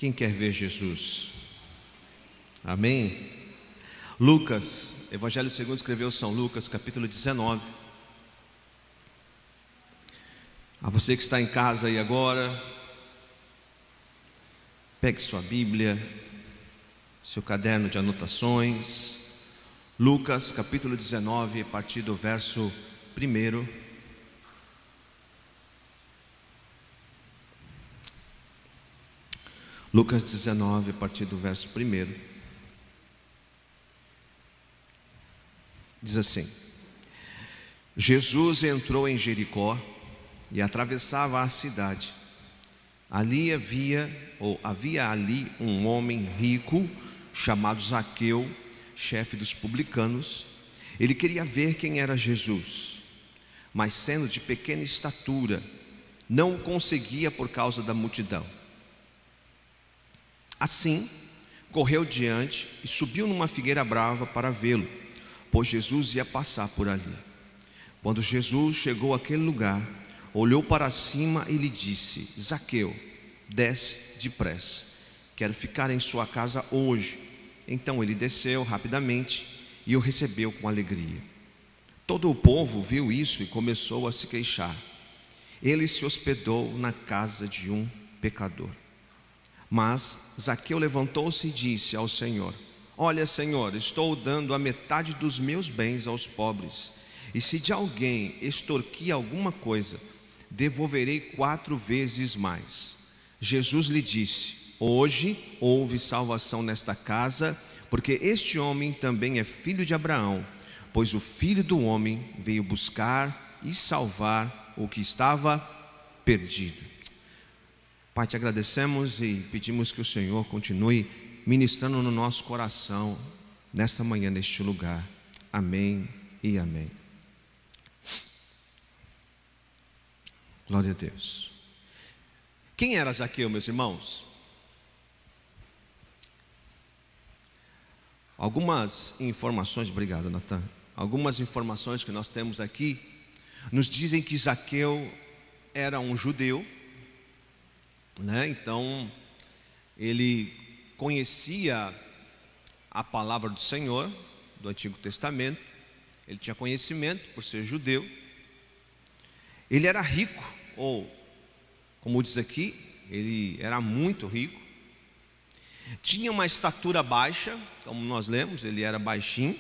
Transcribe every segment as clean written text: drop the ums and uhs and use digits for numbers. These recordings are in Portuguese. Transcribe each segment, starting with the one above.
Quem quer ver Jesus? Amém? Lucas, Evangelho segundo escreveu São Lucas, capítulo 19. A você que está em casa aí agora, pegue sua Bíblia, seu caderno de anotações. Lucas capítulo 19, a partir do verso 1. Lucas 19, a partir do verso 1. Diz assim: Jesus entrou em Jericó e atravessava a cidade. Havia ali um homem rico chamado Zaqueu, chefe dos publicanos. Ele queria ver quem era Jesus, mas sendo de pequena estatura, não o conseguia por causa da multidão. Assim, correu diante e subiu numa figueira brava para vê-lo, pois Jesus ia passar por ali. Quando Jesus chegou àquele lugar, olhou para cima e lhe disse: Zaqueu, desce depressa, quero ficar em sua casa hoje. Então ele desceu rapidamente e o recebeu com alegria. Todo o povo viu isso e começou a se queixar. Ele se hospedou na casa de um pecador. Mas Zaqueu levantou-se e disse ao Senhor: Olha, Senhor, estou dando a metade dos meus bens aos pobres, e se de alguém extorquir alguma coisa, devolverei 4 vezes mais. Jesus lhe disse: Hoje houve salvação nesta casa, porque este homem também é filho de Abraão, pois o Filho do Homem veio buscar e salvar o que estava perdido. Pai, te agradecemos e pedimos que o Senhor continue ministrando no nosso coração nesta manhã, neste lugar. Amém e amém. Glória a Deus. Quem era Zaqueu, meus irmãos? Algumas informações, obrigado, Natan. Algumas informações que nós temos aqui nos dizem que Zaqueu era um judeu, né? Então ele conhecia a palavra do Senhor do Antigo Testamento. Ele tinha conhecimento por ser judeu. Ele era rico, ou como diz aqui, ele era muito rico. Tinha uma estatura baixa, como nós lemos, ele era baixinho.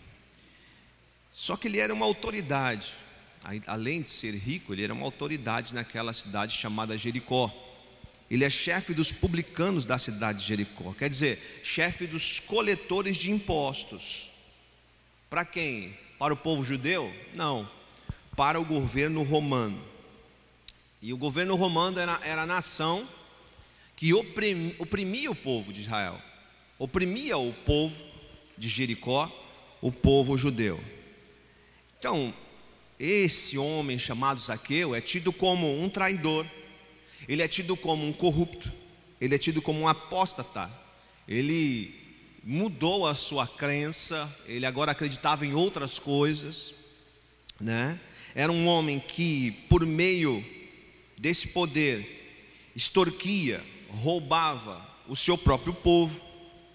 Só que ele era uma autoridade. Além de ser rico, ele era uma autoridade naquela cidade chamada Jericó. Ele é chefe dos publicanos da cidade de Jericó, quer dizer, chefe dos coletores de impostos. Para quem? Para o povo judeu? Não, para o governo romano. E o governo romano era a nação que oprimia o povo de Israel, oprimia o povo de Jericó, o povo judeu. Então, esse homem chamado Zaqueu é tido como um traidor. Ele é tido como um corrupto, ele é tido como um apóstata. Ele mudou a sua crença, ele agora acreditava em outras coisas, né? Era um homem que, por meio desse poder, extorquia, roubava o seu próprio povo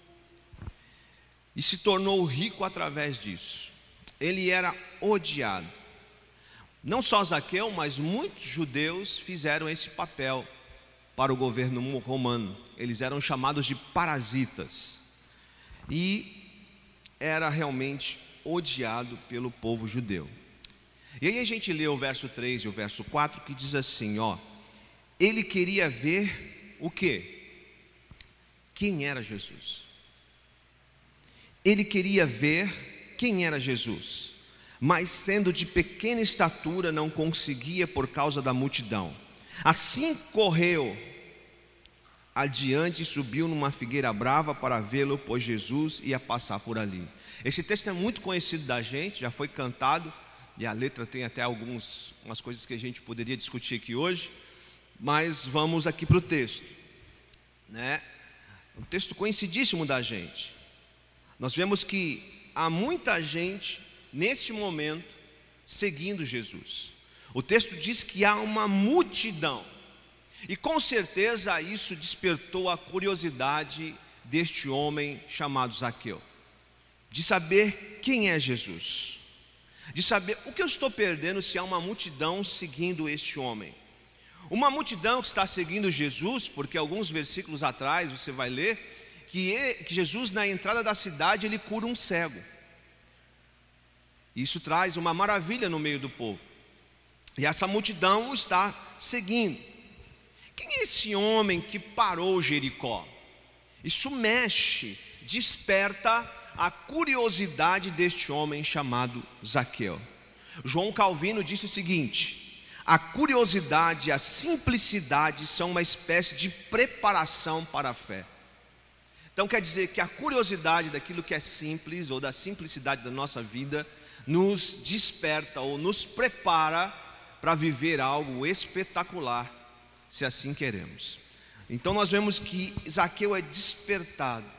e se tornou rico através disso. Ele era odiado. Não só Zaqueu, mas muitos judeus fizeram esse papel para o governo romano. Eles eram chamados de parasitas. E era realmente odiado pelo povo judeu. E aí a gente lê o verso 3 e o verso 4 que diz assim, ele queria ver o quê? Quem era Jesus? Ele queria ver quem era Jesus, mas sendo de pequena estatura não conseguia por causa da multidão. Assim correu adiante e subiu numa figueira brava para vê-lo, pois Jesus ia passar por ali. Esse texto é muito conhecido da gente, já foi cantado, e a letra tem até umas coisas que a gente poderia discutir aqui hoje, mas vamos aqui para o texto, né? Um texto conhecidíssimo da gente. Nós vemos que há muita gente neste momento seguindo Jesus. O texto diz que há uma multidão. E com certeza isso despertou a curiosidade deste homem chamado Zaqueu, de saber quem é Jesus, de saber o que eu estou perdendo se há uma multidão seguindo este homem. Uma multidão que está seguindo Jesus, porque alguns versículos atrás você vai ler que Jesus, na entrada da cidade, ele cura um cego. Isso traz uma maravilha no meio do povo, e essa multidão o está seguindo. Quem é esse homem que parou Jericó? Isso mexe, desperta a curiosidade deste homem chamado Zaqueu. João Calvino disse o seguinte: a curiosidade e a simplicidade são uma espécie de preparação para a fé. Então quer dizer que a curiosidade daquilo que é simples, ou da simplicidade da nossa vida, nos desperta ou nos prepara para viver algo espetacular, se assim queremos. Então nós vemos que Zaqueu é despertado.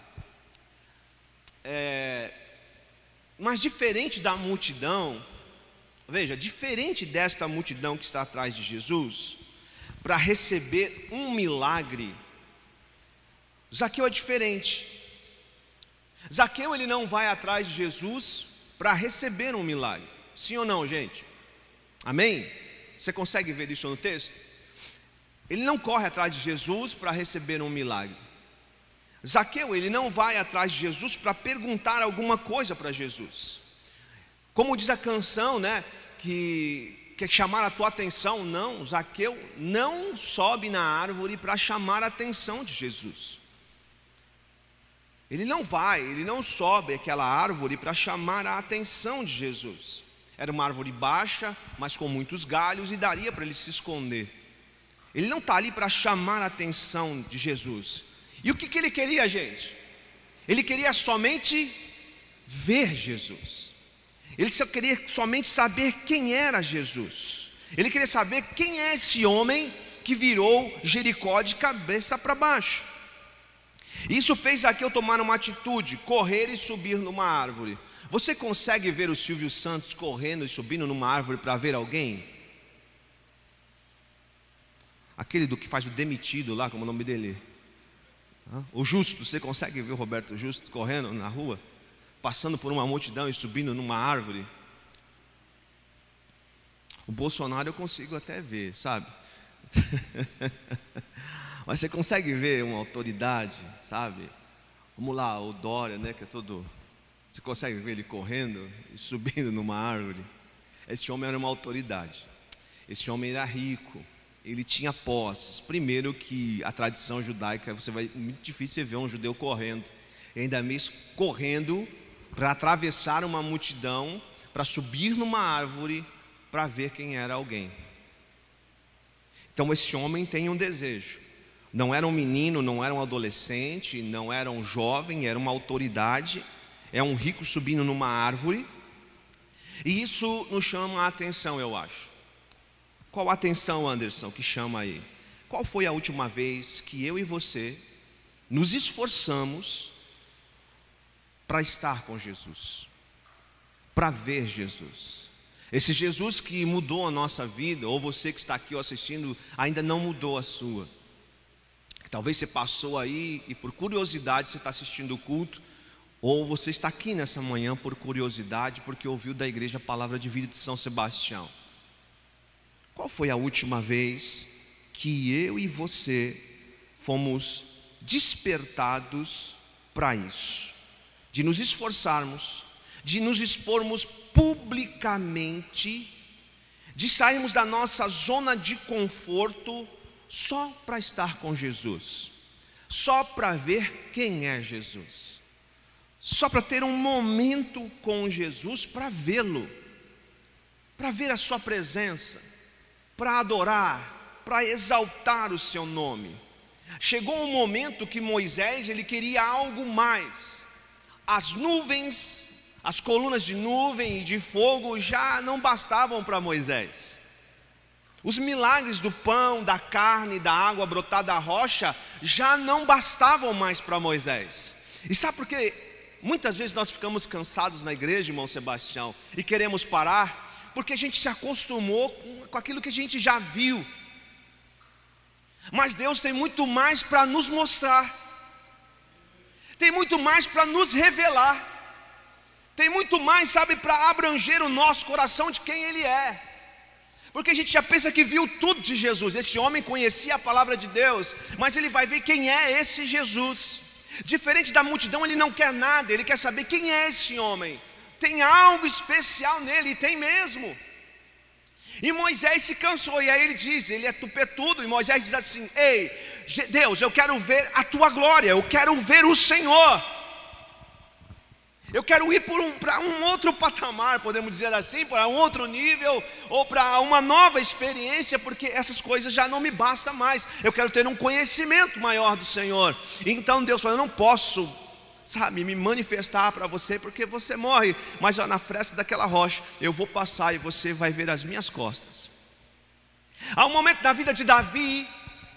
Mas diferente da multidão, veja, diferente desta multidão que está atrás de Jesus, para receber um milagre, Zaqueu é diferente. Zaqueu, ele não vai atrás de Jesus para receber um milagre. Sim ou não, gente? Amém? Você consegue ver isso no texto? Ele não corre atrás de Jesus para receber um milagre. Zaqueu, ele não vai atrás de Jesus para perguntar alguma coisa para Jesus. Como diz a canção, né, que quer chamar a tua atenção. Não, Zaqueu não sobe na árvore para chamar a atenção de Jesus. Ele não sobe aquela árvore para chamar a atenção de Jesus. Era uma árvore baixa, mas com muitos galhos, e daria para ele se esconder. Ele não está ali para chamar a atenção de Jesus. E o que ele queria, gente? Ele queria somente ver Jesus. Ele só queria somente saber quem era Jesus. Ele queria saber quem é esse homem que virou Jericó de cabeça para baixo. Isso fez Zaqueu tomar uma atitude: correr e subir numa árvore. Você consegue ver o Silvio Santos correndo e subindo numa árvore para ver alguém? Aquele do que faz o Demitido lá, como é o nome dele? O Justo. Você consegue ver o Roberto Justo correndo na rua, passando por uma multidão e subindo numa árvore? O Bolsonaro eu consigo até ver, sabe? Mas você consegue ver uma autoridade, sabe? Vamos lá, o Dória, né, que é todo... Você consegue ver ele correndo e subindo numa árvore? Esse homem era uma autoridade. Esse homem era rico. Ele tinha posses. Primeiro que a tradição judaica, muito difícil você ver um judeu correndo, e ainda mesmo correndo para atravessar uma multidão, para subir numa árvore, para ver quem era alguém. Então esse homem tem um desejo. Não era um menino, não era um adolescente, não era um jovem, era uma autoridade. É um rico subindo numa árvore. E isso nos chama a atenção, eu acho. Qual a atenção, Anderson, que chama aí? Qual foi a última vez que eu e você nos esforçamos para estar com Jesus, para ver Jesus? Esse Jesus que mudou a nossa vida, ou você que está aqui assistindo ainda não mudou a sua. Talvez você passou aí e por curiosidade você está assistindo o culto, ou você está aqui nessa manhã por curiosidade, porque ouviu da igreja a palavra de vida de São Sebastião. Qual foi a última vez que eu e você fomos despertados para isso? De nos esforçarmos, de nos expormos publicamente, de sairmos da nossa zona de conforto só para estar com Jesus, só para ver quem é Jesus, só para ter um momento com Jesus, para vê-lo, para ver a sua presença, para adorar, para exaltar o seu nome. Chegou um momento que Moisés, ele queria algo mais. As nuvens, as colunas de nuvem e de fogo já não bastavam para Moisés. Os milagres do pão, da carne, da água brotar da rocha já não bastavam mais para Moisés. E sabe por quê? Muitas vezes nós ficamos cansados na igreja, irmão Sebastião, e queremos parar, porque a gente se acostumou com aquilo que a gente já viu. Mas Deus tem muito mais para nos mostrar, tem muito mais para nos revelar, tem muito mais, sabe, para abranger o nosso coração de quem Ele é. Porque a gente já pensa que viu tudo de Jesus. Esse homem conhecia a palavra de Deus, mas ele vai ver quem é esse Jesus. Diferente da multidão, ele não quer nada, ele quer saber quem é esse homem. Tem algo especial nele, e tem mesmo. E Moisés se cansou, e aí ele diz, ele é tupetudo, e Moisés diz assim: ei, Deus, eu quero ver a tua glória, eu quero ver o Senhor. Eu quero ir para um outro patamar, podemos dizer assim, para um outro nível, ou para uma nova experiência, porque essas coisas já não me bastam mais. Eu quero ter um conhecimento maior do Senhor. Então Deus falou: eu não posso, sabe, me manifestar para você, porque você morre, mas na fresta daquela rocha eu vou passar e você vai ver as minhas costas. Há um momento na vida de Davi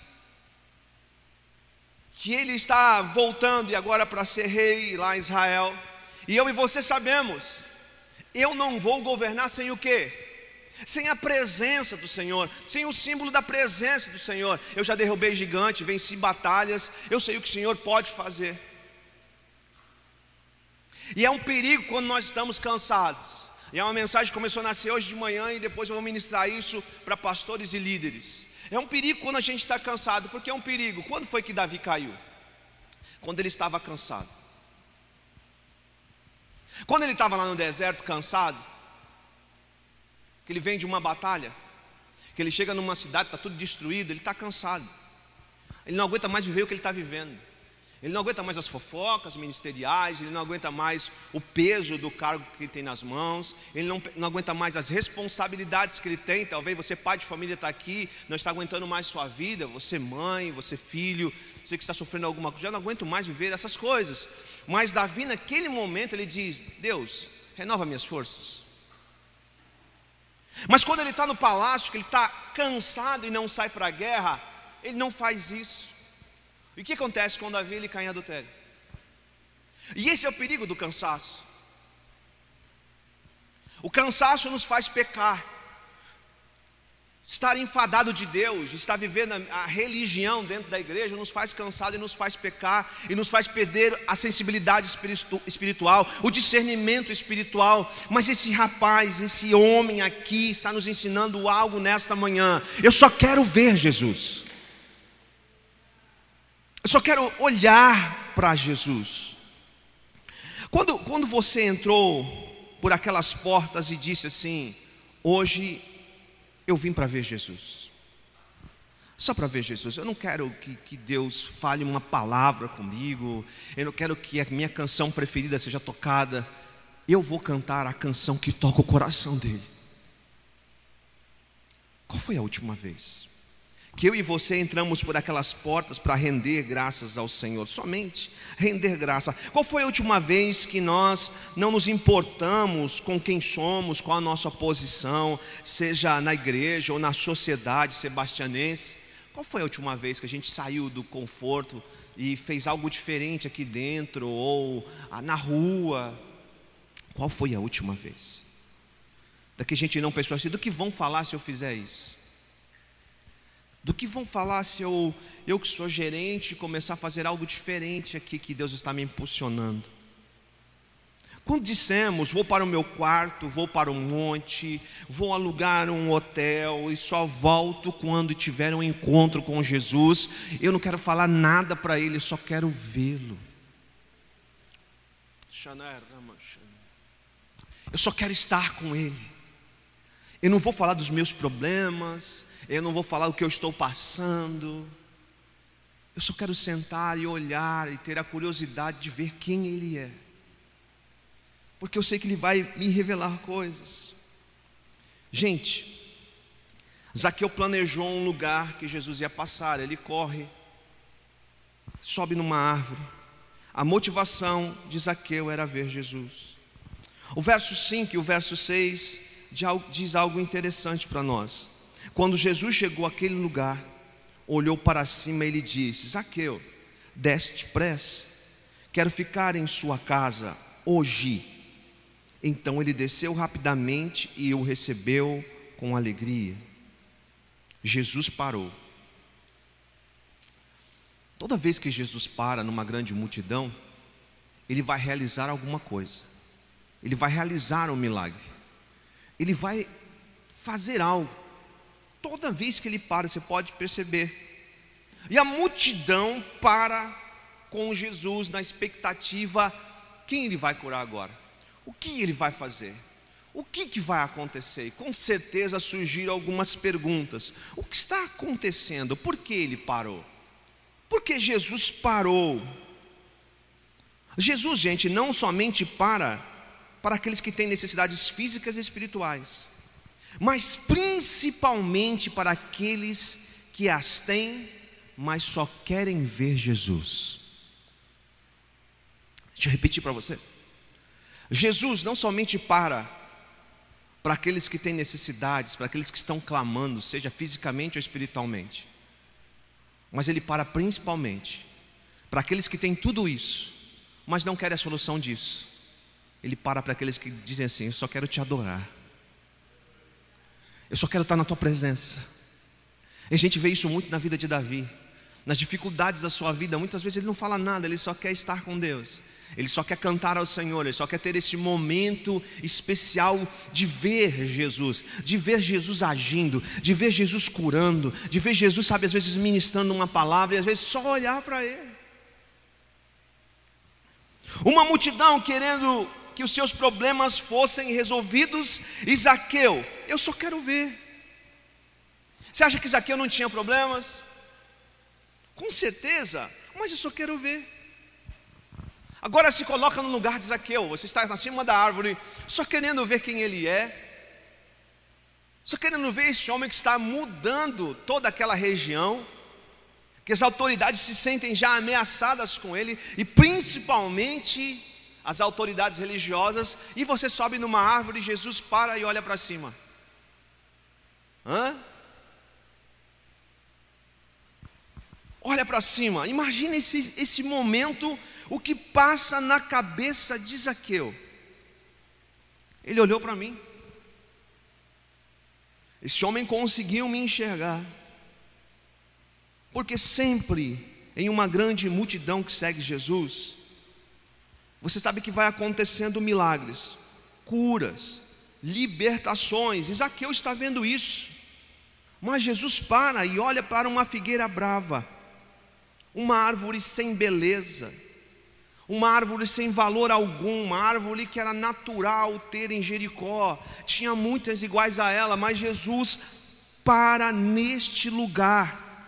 que ele está voltando e agora para ser rei lá em Israel. E eu e você sabemos, eu não vou governar sem o quê? Sem a presença do Senhor, sem o símbolo da presença do Senhor. Eu já derrubei gigante, venci batalhas, eu sei o que o Senhor pode fazer. E é um perigo quando nós estamos cansados. E é uma mensagem que começou a nascer hoje de manhã, e depois eu vou ministrar isso para pastores e líderes. É um perigo quando a gente está cansado. Porque é um perigo. Quando foi que Davi caiu? Quando ele estava cansado. Quando ele estava lá no deserto cansado, que ele vem de uma batalha, que ele chega numa cidade, está tudo destruído, ele está cansado. Ele não aguenta mais viver o que ele está vivendo. Ele não aguenta mais as fofocas ministeriais, ele não aguenta mais o peso do cargo que ele tem nas mãos, ele não aguenta mais as responsabilidades que ele tem. Talvez você, pai de família, está aqui, não está aguentando mais sua vida, você mãe, você filho, você que está sofrendo alguma coisa, já não aguento mais viver essas coisas. Mas Davi, naquele momento, ele diz: Deus, renova minhas forças. Mas quando ele está no palácio, que ele está cansado e não sai para a guerra, ele não faz isso. E o que acontece com Davi? Ele cai em adultério. E esse é o perigo do cansaço. O cansaço nos faz pecar. Estar enfadado de Deus, estar vivendo a religião dentro da igreja nos faz cansado e nos faz pecar, e nos faz perder a sensibilidade espiritual, o discernimento espiritual. Mas esse rapaz, esse homem aqui está nos ensinando algo nesta manhã. Eu só quero ver Jesus. Eu só quero olhar para Jesus. Quando você entrou por aquelas portas e disse assim: hoje eu vim para ver Jesus, só para ver Jesus. Eu não quero que Deus fale uma palavra comigo, eu não quero que a minha canção preferida seja tocada. Eu vou cantar a canção que toca o coração dele. Qual foi a última vez que eu e você entramos por aquelas portas para render graças ao Senhor? Somente render graça. Qual foi a última vez que nós não nos importamos com quem somos, com a nossa posição, seja na igreja ou na sociedade sebastianense? Qual foi a última vez que a gente saiu do conforto e fez algo diferente aqui dentro ou na rua? Qual foi a última vez? Daqui a gente não pensou assim: do que vão falar se eu fizer isso? Do que vão falar se eu que sou gerente, começar a fazer algo diferente aqui que Deus está me impulsionando? Quando dissemos: vou para o meu quarto, vou para o monte, vou alugar um hotel e só volto quando tiver um encontro com Jesus, eu não quero falar nada para Ele, eu só quero vê-lo. Eu só quero estar com Ele. Eu não vou falar dos meus problemas, eu não vou falar o que eu estou passando. Eu só quero sentar e olhar e ter a curiosidade de ver quem Ele é, porque eu sei que Ele vai me revelar coisas. Gente, Zaqueu planejou um lugar que Jesus ia passar. Ele corre, sobe numa árvore. A motivação de Zaqueu era ver Jesus. O verso 5 e o verso 6 diz algo interessante para nós. Quando Jesus chegou àquele lugar, olhou para cima e lhe disse: Zaqueu, desce depressa, quero ficar em sua casa hoje. Então ele desceu rapidamente e o recebeu com alegria. Jesus parou Toda vez que Jesus para numa grande multidão, Ele vai realizar alguma coisa. Ele vai realizar um milagre. Ele vai fazer algo. Toda vez que Ele para, você pode perceber. E a multidão para com Jesus na expectativa: quem Ele vai curar agora? O que Ele vai fazer? O que vai acontecer? E com certeza surgiram algumas perguntas. O que está acontecendo? Por que Ele parou? Por que Jesus parou? Jesus, gente, não somente para aqueles que têm necessidades físicas e espirituais, mas principalmente para aqueles que as têm, mas só querem ver Jesus. Deixa eu repetir para você. Jesus não somente para aqueles que têm necessidades, para aqueles que estão clamando, seja fisicamente ou espiritualmente, mas Ele para principalmente para aqueles que têm tudo isso, mas não querem a solução disso. Ele para aqueles que dizem assim: eu só quero te adorar, eu só quero estar na tua presença. E a gente vê isso muito na vida de Davi. Nas dificuldades da sua vida, muitas vezes ele não fala nada, ele só quer estar com Deus. Ele só quer cantar ao Senhor, ele só quer ter esse momento especial de ver Jesus agindo, de ver Jesus curando, de ver Jesus, sabe, às vezes ministrando uma palavra, e às vezes só olhar para Ele. Uma multidão querendo que os seus problemas fossem resolvidos, e Zaqueu: eu só quero ver. Você acha que Zaqueu não tinha problemas? Com certeza, mas eu só quero ver. Agora se coloca no lugar de Zaqueu. Você está acima da árvore, só querendo ver quem ele é, só querendo ver esse homem que está mudando toda aquela região, que as autoridades se sentem já ameaçadas com ele, e principalmente as autoridades religiosas. E você sobe numa árvore, e Jesus para e olha para cima. Olha para cima. Imagina esse momento. O que passa na cabeça de Zaqueu? Ele olhou para mim. Esse homem conseguiu me enxergar. Porque sempre em uma grande multidão que segue Jesus, você sabe que vai acontecendo milagres, curas, libertações. E Zaqueu está vendo isso. Mas Jesus para e olha para uma figueira brava, uma árvore sem beleza, uma árvore sem valor algum, uma árvore que era natural ter em Jericó, tinha muitas iguais a ela, mas Jesus para neste lugar.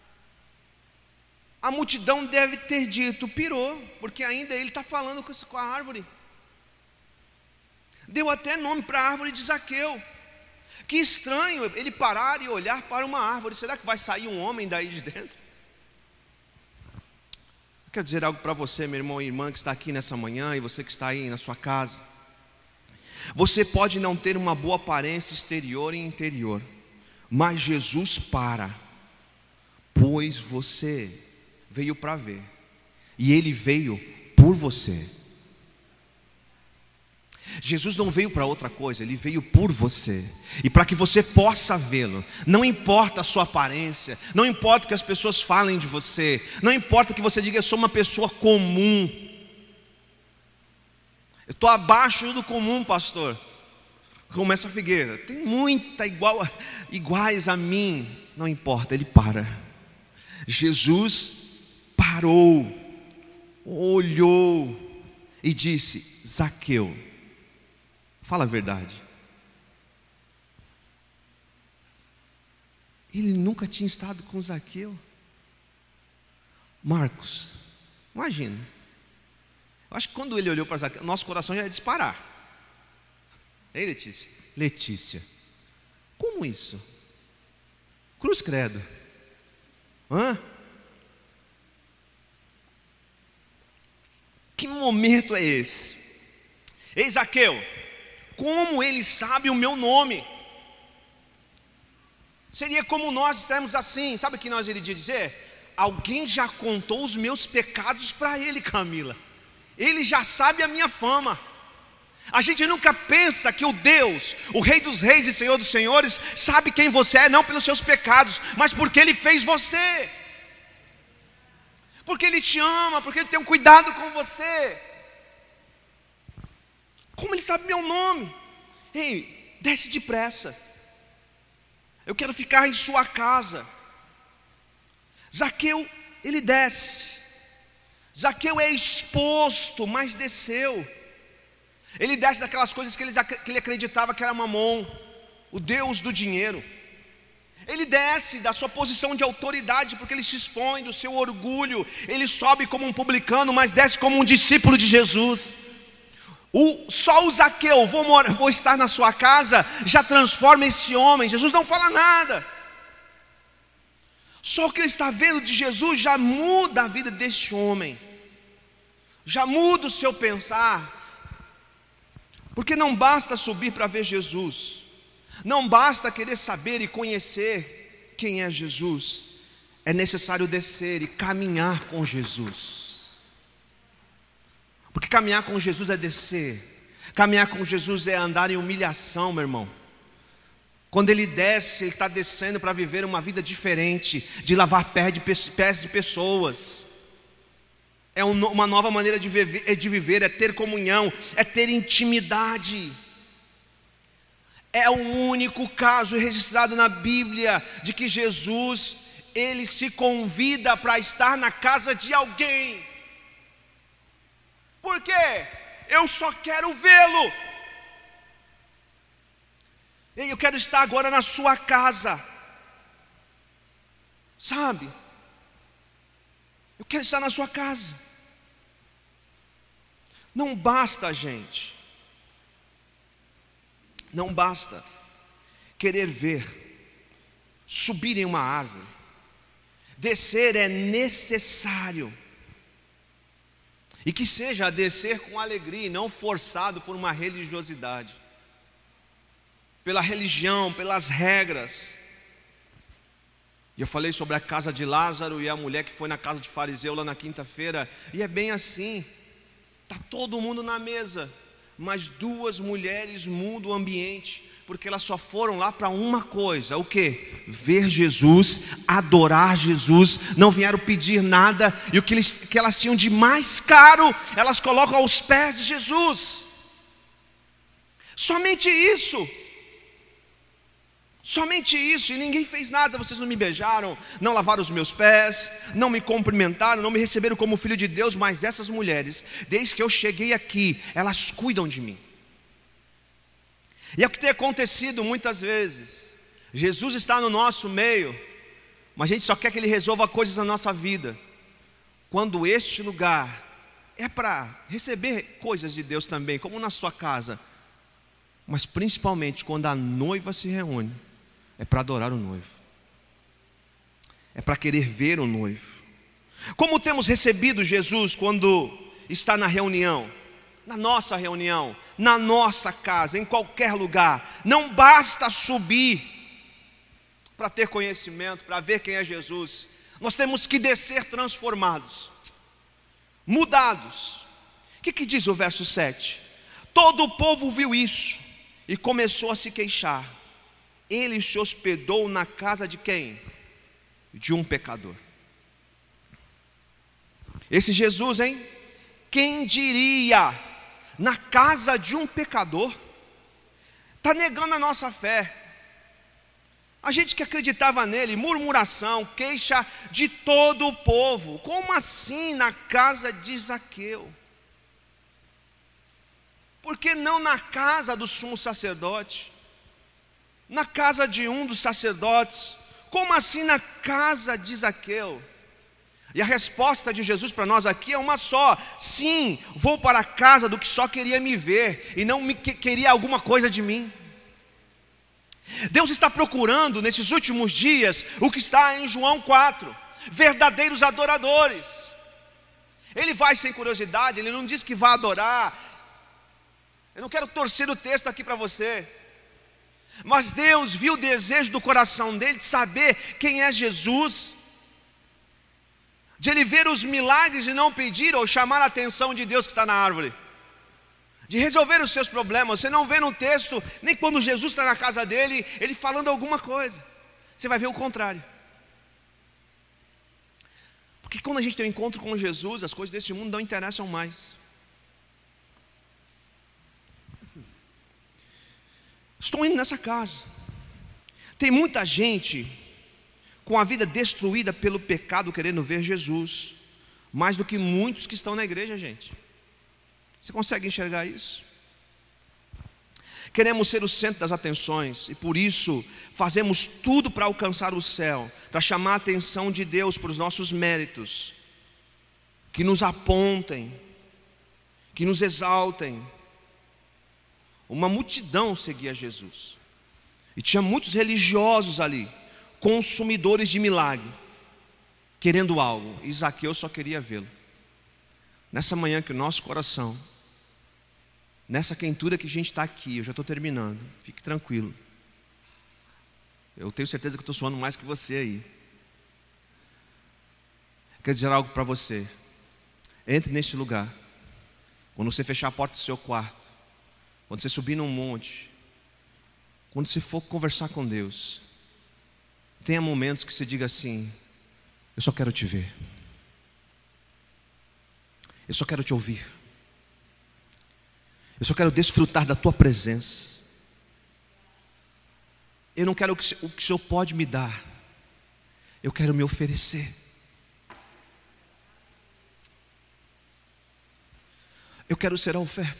A multidão deve ter dito: pirou, porque ainda ele está falando com a árvore. Deu até nome para a árvore de Zaqueu. Que estranho ele parar e olhar para uma árvore. Será que vai sair um homem daí de dentro? Eu quero dizer algo para você, meu irmão e irmã, que está aqui nessa manhã, e você que está aí na sua casa. Você pode não ter uma boa aparência exterior e interior, mas Jesus para, pois você veio para ver, e Ele veio por você. Jesus não veio para outra coisa, Ele veio por você. E para que você possa vê-lo, não importa a sua aparência, não importa o que as pessoas falem de você, não importa que você diga: eu sou uma pessoa comum, eu estou abaixo do comum, pastor, como essa figueira, tem muita iguais a mim. Não importa, Ele para. Jesus parou, olhou e disse: Zaqueu, fala a verdade. Ele nunca tinha estado com Zaqueu. Marcos, imagina. Eu acho que quando ele olhou para Zaqueu, nosso coração já ia disparar. Ei, Letícia? Letícia, como isso? Cruz credo. Que momento é esse? Ei, Zaqueu, como ele sabe o meu nome? Seria como nós dissermos assim, sabe o que nós iríamos dizer? Alguém já contou os meus pecados para ele, Camila. Ele já sabe a minha fama. A gente nunca pensa que o Deus, o Rei dos Reis e Senhor dos Senhores, sabe quem você é, não pelos seus pecados, mas porque Ele fez você. porque Ele te ama, porque Ele tem um cuidado com você. Como Ele sabe meu nome? Ei, desce depressa, eu quero ficar em sua casa. Zaqueu, ele desce. Zaqueu é exposto, mas desceu. Ele desce daquelas coisas que ele acreditava que era Mamon, o Deus do dinheiro. Ele desce da sua posição de autoridade, porque ele se expõe do seu orgulho. Ele sobe como um publicano, mas desce como um discípulo de Jesus. Só o Zaqueu, vou estar na sua casa, já transforma esse homem. Jesus não fala nada. Só o que ele está vendo de Jesus já muda a vida deste homem, já muda o seu pensar. Porque não basta subir para ver Jesus, não basta querer saber e conhecer quem é Jesus, é necessário descer e caminhar com Jesus. Porque caminhar com Jesus é descer, caminhar com Jesus é andar em humilhação, meu irmão. Quando ele desce, ele está descendo para viver uma vida diferente, de lavar pés de pessoas. É uma nova maneira de viver, é ter comunhão, é ter intimidade. É o único caso registrado na Bíblia de que Jesus, ele se convida para estar na casa de alguém. Por quê? Eu só quero vê-lo. Eu quero estar agora na sua casa, sabe? Eu quero estar na sua casa. Não basta, gente, não basta querer ver, subir em uma árvore. Descer é necessário. E que seja descer com alegria e não forçado por uma religiosidade, pela religião, pelas regras. E eu falei sobre a casa de Lázaro e a mulher que foi na casa de fariseu lá na quinta-feira. E é bem assim, está todo mundo na mesa, mas duas mulheres mudam o ambiente, porque elas só foram lá para uma coisa, o quê? Ver Jesus, adorar Jesus, não vieram pedir nada, e o que elas tinham de mais caro, elas colocam aos pés de Jesus. Somente isso. Somente isso, e ninguém fez nada. Vocês não me beijaram, não lavaram os meus pés, não me cumprimentaram, não me receberam como filho de Deus. Mas essas mulheres, desde que eu cheguei aqui, elas cuidam de mim. E é o que tem acontecido muitas vezes. Jesus está no nosso meio, mas a gente só quer que Ele resolva coisas na nossa vida, quando este lugar é para receber coisas de Deus também, como na sua casa. Mas principalmente quando a noiva se reúne, é para adorar o noivo, é para querer ver o noivo. Como temos recebido Jesus quando está na reunião, na nossa reunião, na nossa casa, em qualquer lugar? Não basta subir para ter conhecimento, para ver quem é Jesus. Nós temos que descer transformados, mudados. O que diz o verso 7? Todo o povo viu isso e começou a se queixar. Ele se hospedou na casa de quem? De um pecador. Esse Jesus, hein? Quem diria? Na casa de um pecador? Está negando a nossa fé. A gente que acreditava nele, murmuração, queixa de todo o povo. Como assim na casa de Zaqueu? Por que não na casa do sumo sacerdote? Na casa de um dos sacerdotes? Como assim na casa de Zaqueu? E a resposta de Jesus para nós aqui é uma só: sim, vou para a casa do que só queria me ver e não queria alguma coisa de mim. Deus está procurando nesses últimos dias o que está em João 4, verdadeiros adoradores. Ele vai sem curiosidade, ele não diz que vai adorar. Eu não quero torcer o texto aqui para você, mas Deus viu o desejo do coração dele de saber quem é Jesus, de ele ver os milagres e não pedir ou chamar a atenção de Deus que está na árvore, de resolver os seus problemas. Você não vê no texto, nem quando Jesus está na casa dele, ele falando alguma coisa. Você vai ver o contrário. Porque quando a gente tem um encontro com Jesus, as coisas desse mundo não interessam mais. Estou indo nessa casa. Tem muita gente com a vida destruída pelo pecado, querendo ver Jesus, mais do que muitos que estão na igreja, gente. Você consegue enxergar isso? Queremos ser o centro das atenções e por isso fazemos tudo para alcançar o céu, para chamar a atenção de Deus para os nossos méritos, que nos apontem, que nos exaltem. Uma multidão seguia Jesus e tinha muitos religiosos ali, consumidores de milagre, querendo algo, e Zaqueu só queria vê-lo. Nessa manhã que o nosso coração, nessa quentura que a gente está aqui, eu já estou terminando, fique tranquilo, eu tenho certeza que eu estou suando mais que você aí. Quero dizer algo para você. Entre neste lugar, quando você fechar a porta do seu quarto, quando você subir num monte, quando você for conversar com Deus, tenha momentos que você diga assim: eu só quero te ver, eu só quero te ouvir, eu só quero desfrutar da tua presença. Eu não quero o que o Senhor pode me dar, eu quero me oferecer. Eu quero ser a oferta.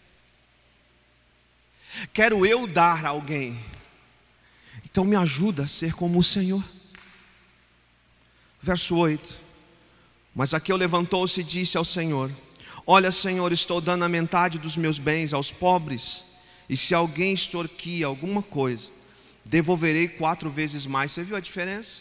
Quero eu dar a alguém. Então me ajuda a ser como o Senhor. Verso 8. Mas Zaqueu levantou-se e disse ao Senhor: olha, Senhor, estou dando a metade dos meus bens aos pobres, e se alguém extorquir alguma coisa, devolverei 4 vezes mais. Você viu a diferença?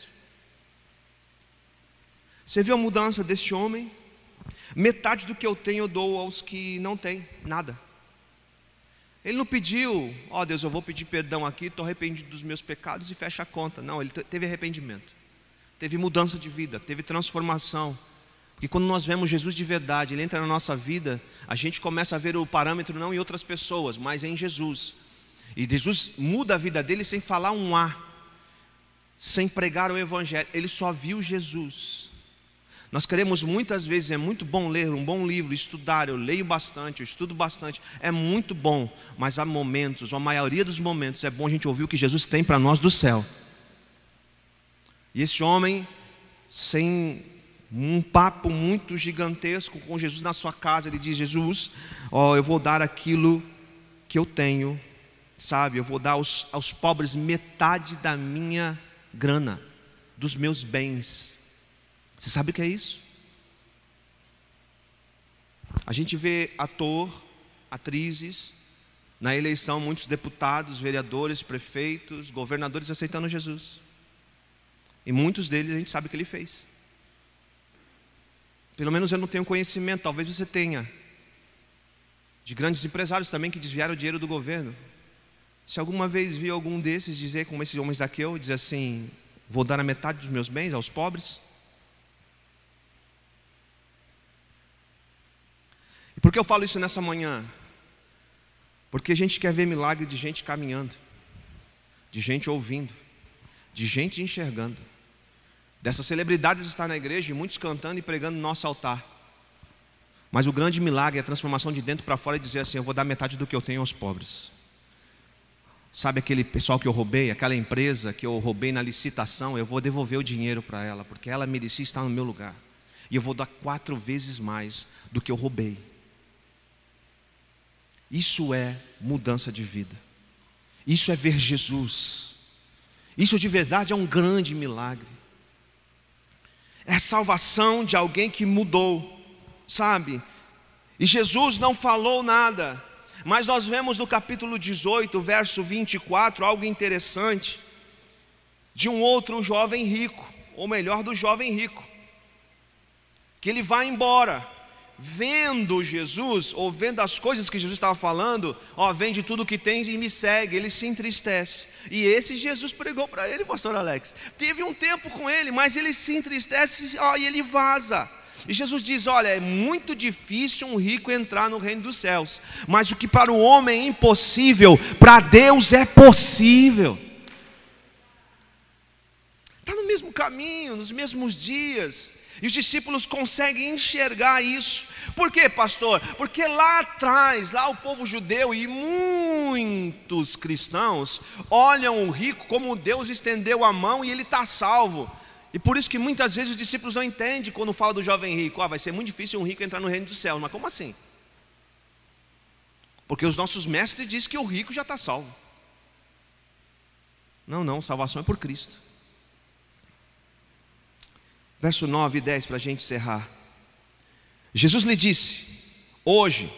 Você viu a mudança desse homem? Metade do que eu tenho eu dou aos que não têm nada. Ele não pediu: ó Deus, eu vou pedir perdão aqui, estou arrependido dos meus pecados, e fecha a conta. Não, ele teve arrependimento, teve mudança de vida, teve transformação. Porque quando nós vemos Jesus de verdade, Ele entra na nossa vida, a gente começa a ver o parâmetro não em outras pessoas, mas em Jesus. E Jesus muda a vida dele sem falar um A, sem pregar o Evangelho. Ele só viu Jesus. Nós queremos muitas vezes, é muito bom ler um bom livro, estudar, eu leio bastante, eu estudo bastante, é muito bom, mas há momentos, ou a maioria dos momentos, é bom a gente ouvir o que Jesus tem para nós do céu. E esse homem, sem um papo muito gigantesco com Jesus na sua casa, ele diz: Jesus, ó, eu vou dar aquilo que eu tenho, sabe, eu vou dar aos pobres metade da minha grana, dos meus bens. Você sabe o que é isso? A gente vê ator, atrizes, na eleição muitos deputados, vereadores, prefeitos, governadores aceitando Jesus. E muitos deles a gente sabe o que ele fez. Pelo menos eu não tenho conhecimento, talvez você tenha, de grandes empresários também que desviaram o dinheiro do governo. Se alguma vez viu algum desses dizer, como esse homem Zaqueu, dizer assim: vou dar a metade dos meus bens aos pobres? E por que eu falo isso nessa manhã? Porque a gente quer ver milagre de gente caminhando, de gente ouvindo, de gente enxergando, dessas celebridades estar na igreja e muitos cantando e pregando no nosso altar. Mas o grande milagre é a transformação de dentro para fora e dizer assim: eu vou dar metade do que eu tenho aos pobres. Sabe aquele pessoal que eu roubei, aquela empresa que eu roubei na licitação, eu vou devolver o dinheiro para ela, porque ela merecia estar no meu lugar. E eu vou dar 4 vezes mais do que eu roubei. Isso é mudança de vida. Isso é ver Jesus. Isso de verdade é um grande milagre. É a salvação de alguém que mudou, sabe? E Jesus não falou nada. Mas nós vemos no capítulo 18, verso 24, algo interessante, de um outro jovem rico, ou melhor, do jovem rico, que ele vai embora, vendo Jesus, ou vendo as coisas que Jesus estava falando: ó, vende tudo o que tens e me segue. Ele se entristece. E esse Jesus pregou para ele, pastor Alex, teve um tempo com ele, mas ele se entristece, ó, e ele vaza. E Jesus diz: olha, é muito difícil um rico entrar no reino dos céus, mas o que para o homem é impossível, para Deus é possível. Está no mesmo caminho, nos mesmos dias. E os discípulos conseguem enxergar isso. Por quê, pastor? Porque lá atrás, lá o povo judeu e muitos cristãos olham o rico como Deus estendeu a mão e ele está salvo. E por isso que muitas vezes os discípulos não entendem quando fala do jovem rico. Vai ser muito difícil um rico entrar no reino dos céus. Mas como assim? Porque os nossos mestres dizem que o rico já está salvo. Não, salvação é por Cristo. Verso 9 e 10 para a gente encerrar. Jesus lhe disse: hoje,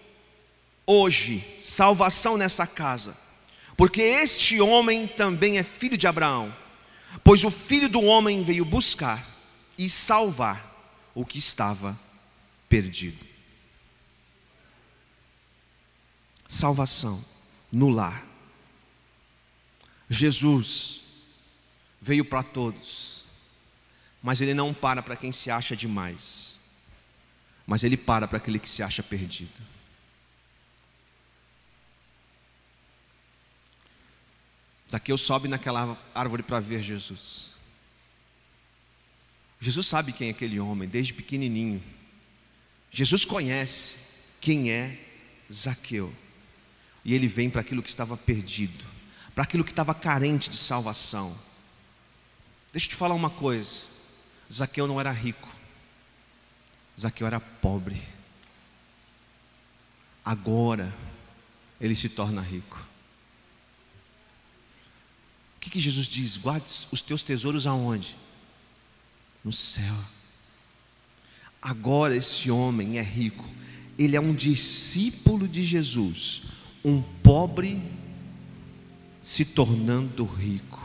salvação nessa casa, porque este homem também é filho de Abraão, pois o Filho do Homem veio buscar e salvar o que estava perdido. Salvação no lar. Jesus veio para todos, mas Ele não para quem se acha demais, mas Ele para aquele que se acha perdido. Zaqueu sobe naquela árvore para ver Jesus. Jesus sabe quem é aquele homem, desde pequenininho. Jesus conhece quem é Zaqueu. E ele vem para aquilo que estava perdido, para aquilo que estava carente de salvação. Deixa eu te falar uma coisa: Zaqueu não era rico, Zaqueu era pobre. Agora ele se torna rico. O que Jesus diz? Guarde os teus tesouros aonde? No céu. Agora esse homem é rico. Ele é um discípulo de Jesus, um pobre se tornando rico.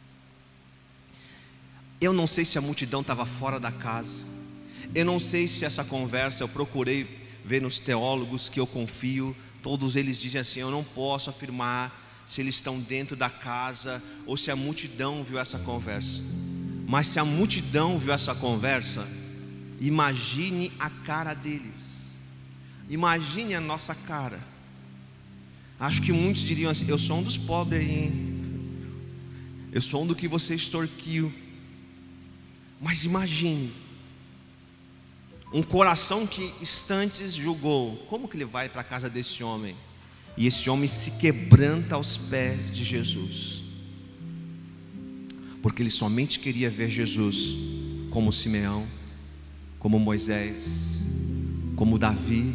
Eu não sei se a multidão estava fora da casa. Eu não sei se essa conversa, eu procurei ver nos teólogos que eu confio, todos eles dizem assim: eu não posso afirmar se eles estão dentro da casa ou se a multidão viu essa conversa. Mas se a multidão viu essa conversa, imagine a cara deles, imagine a nossa cara. Acho que muitos diriam assim: eu sou um dos pobres aí, hein? Eu sou um do que você extorquiu. Mas imagine um coração que instantes julgou: como que ele vai para a casa desse homem? E esse homem se quebranta aos pés de Jesus, porque ele somente queria ver Jesus como Simeão, como Moisés, como Davi.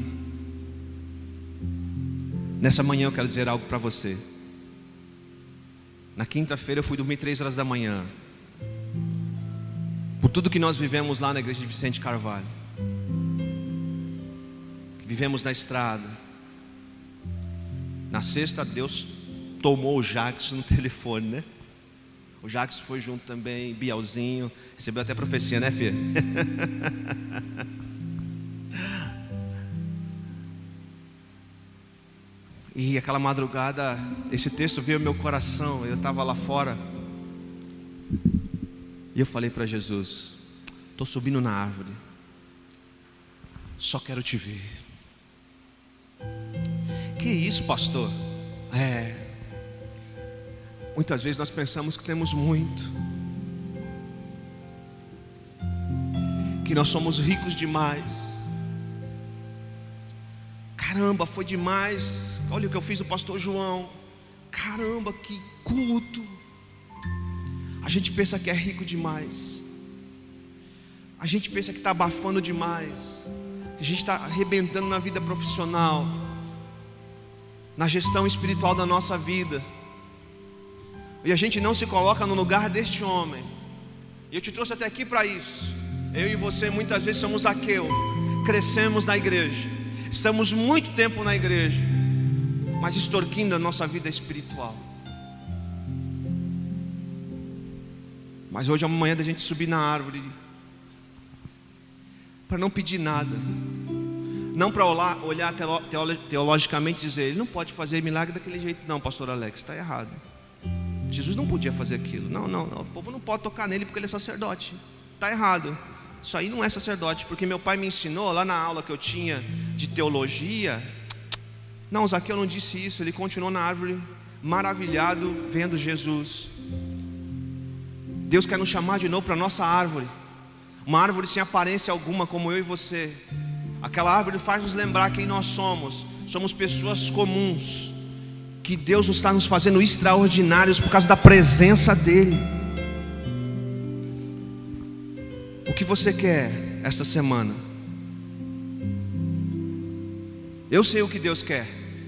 Nessa manhã eu quero dizer algo para você. Na quinta-feira eu fui dormir 3 horas da manhã, por tudo que nós vivemos lá na igreja de Vicente Carvalho, que vivemos na estrada. Na sexta Deus tomou o Jackson no telefone, né? O Jackson foi junto também, Bielzinho, recebeu até profecia, né, filho? E aquela madrugada, esse texto veio ao meu coração. Eu estava lá fora e eu falei para Jesus: estou subindo na árvore, só quero te ver. Que isso, pastor? Muitas vezes nós pensamos que temos muito, que nós somos ricos demais. Caramba, foi demais. Olha o que eu fiz do pastor João. Caramba, que culto. A gente pensa que é rico demais. A gente pensa que está abafando demais, que a gente está arrebentando na vida profissional, na gestão espiritual da nossa vida. E a gente não se coloca no lugar deste homem. E eu te trouxe até aqui para isso. Eu e você muitas vezes somos Zaqueu. Crescemos na igreja, estamos muito tempo na igreja, mas extorquindo a nossa vida espiritual. Mas hoje é uma manhã da gente subir na árvore, para não pedir nada, não para olhar teologicamente e dizer: ele não pode fazer milagre daquele jeito. Não, pastor Alex, está errado. Jesus não podia fazer aquilo. Não, o povo não pode tocar nele porque ele é sacerdote. Está errado. Isso aí não é sacerdote, porque meu pai me ensinou lá na aula que eu tinha de teologia. Não, Zaqueu não disse isso. Ele continuou na árvore, maravilhado, vendo Jesus. Deus quer nos chamar de novo para a nossa árvore, uma árvore sem aparência alguma, como eu e você. Aquela árvore faz nos lembrar quem nós somos. Somos pessoas comuns, que Deus está nos fazendo extraordinários por causa da presença dEle. O que você quer esta semana? Eu sei o que Deus quer.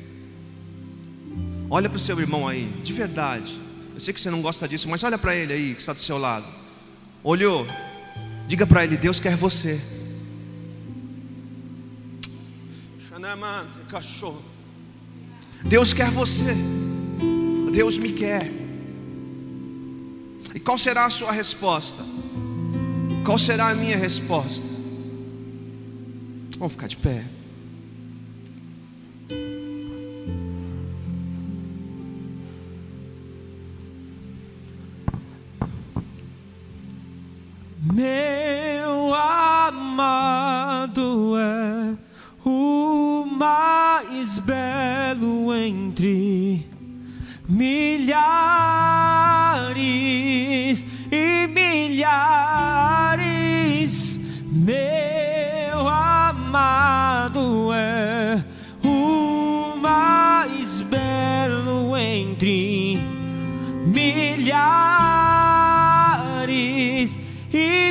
Olha para o seu irmão aí, de verdade. Eu sei que você não gosta disso, mas olha para ele aí, que está do seu lado. Olhou? Diga para ele: Deus quer você. Deus quer você. Deus me quer. E qual será a sua resposta? Qual será a minha resposta? Vamos ficar de pé. Meu amado é o mais belo entre milhares e milhares. Meu amado é o mais belo entre milhares e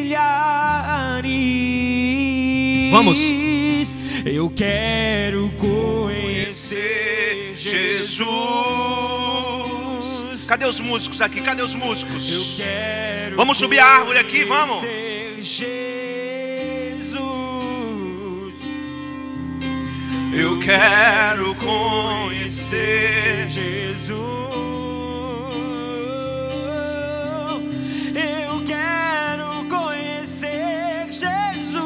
milhares. Vamos. Eu quero conhecer Jesus. Cadê os músicos aqui? Cadê os músicos? Eu quero. Vamos subir a árvore aqui, vamos. Jesus. Eu quero conhecer Jesus. Eu quero conhecer Jesus.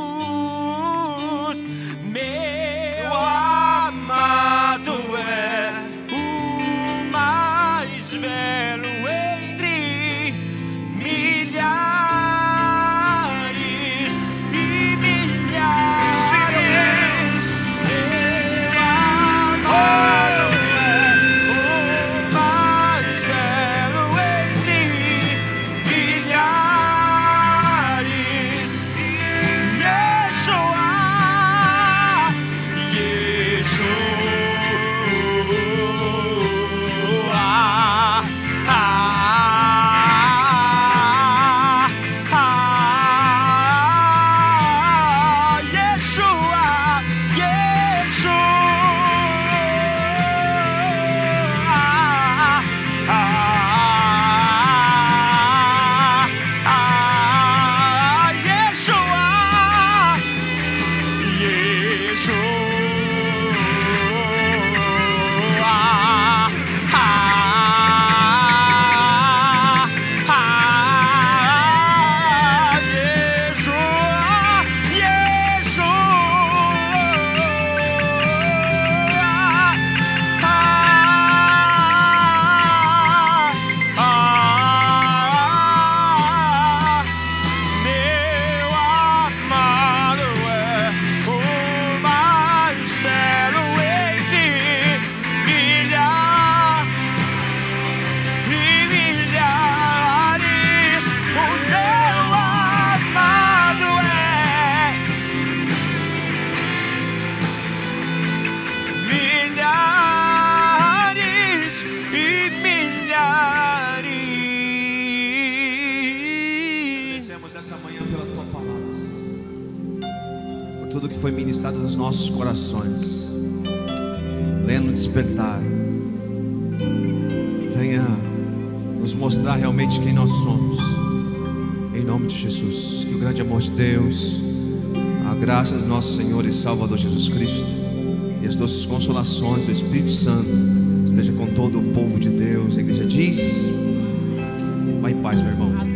Meu amado é o mais belo entre milhares e milhares. Meu amado é o mais belo entre milhares. Yeshua, tudo que foi ministrado nos nossos corações. Venha nos despertar. Venha nos mostrar realmente quem nós somos. Em nome de Jesus. Que o grande amor de Deus, a graça do nosso Senhor e Salvador Jesus Cristo e as doces consolações do Espírito Santo esteja com todo o povo de Deus. A igreja diz: vai em paz, meu irmão.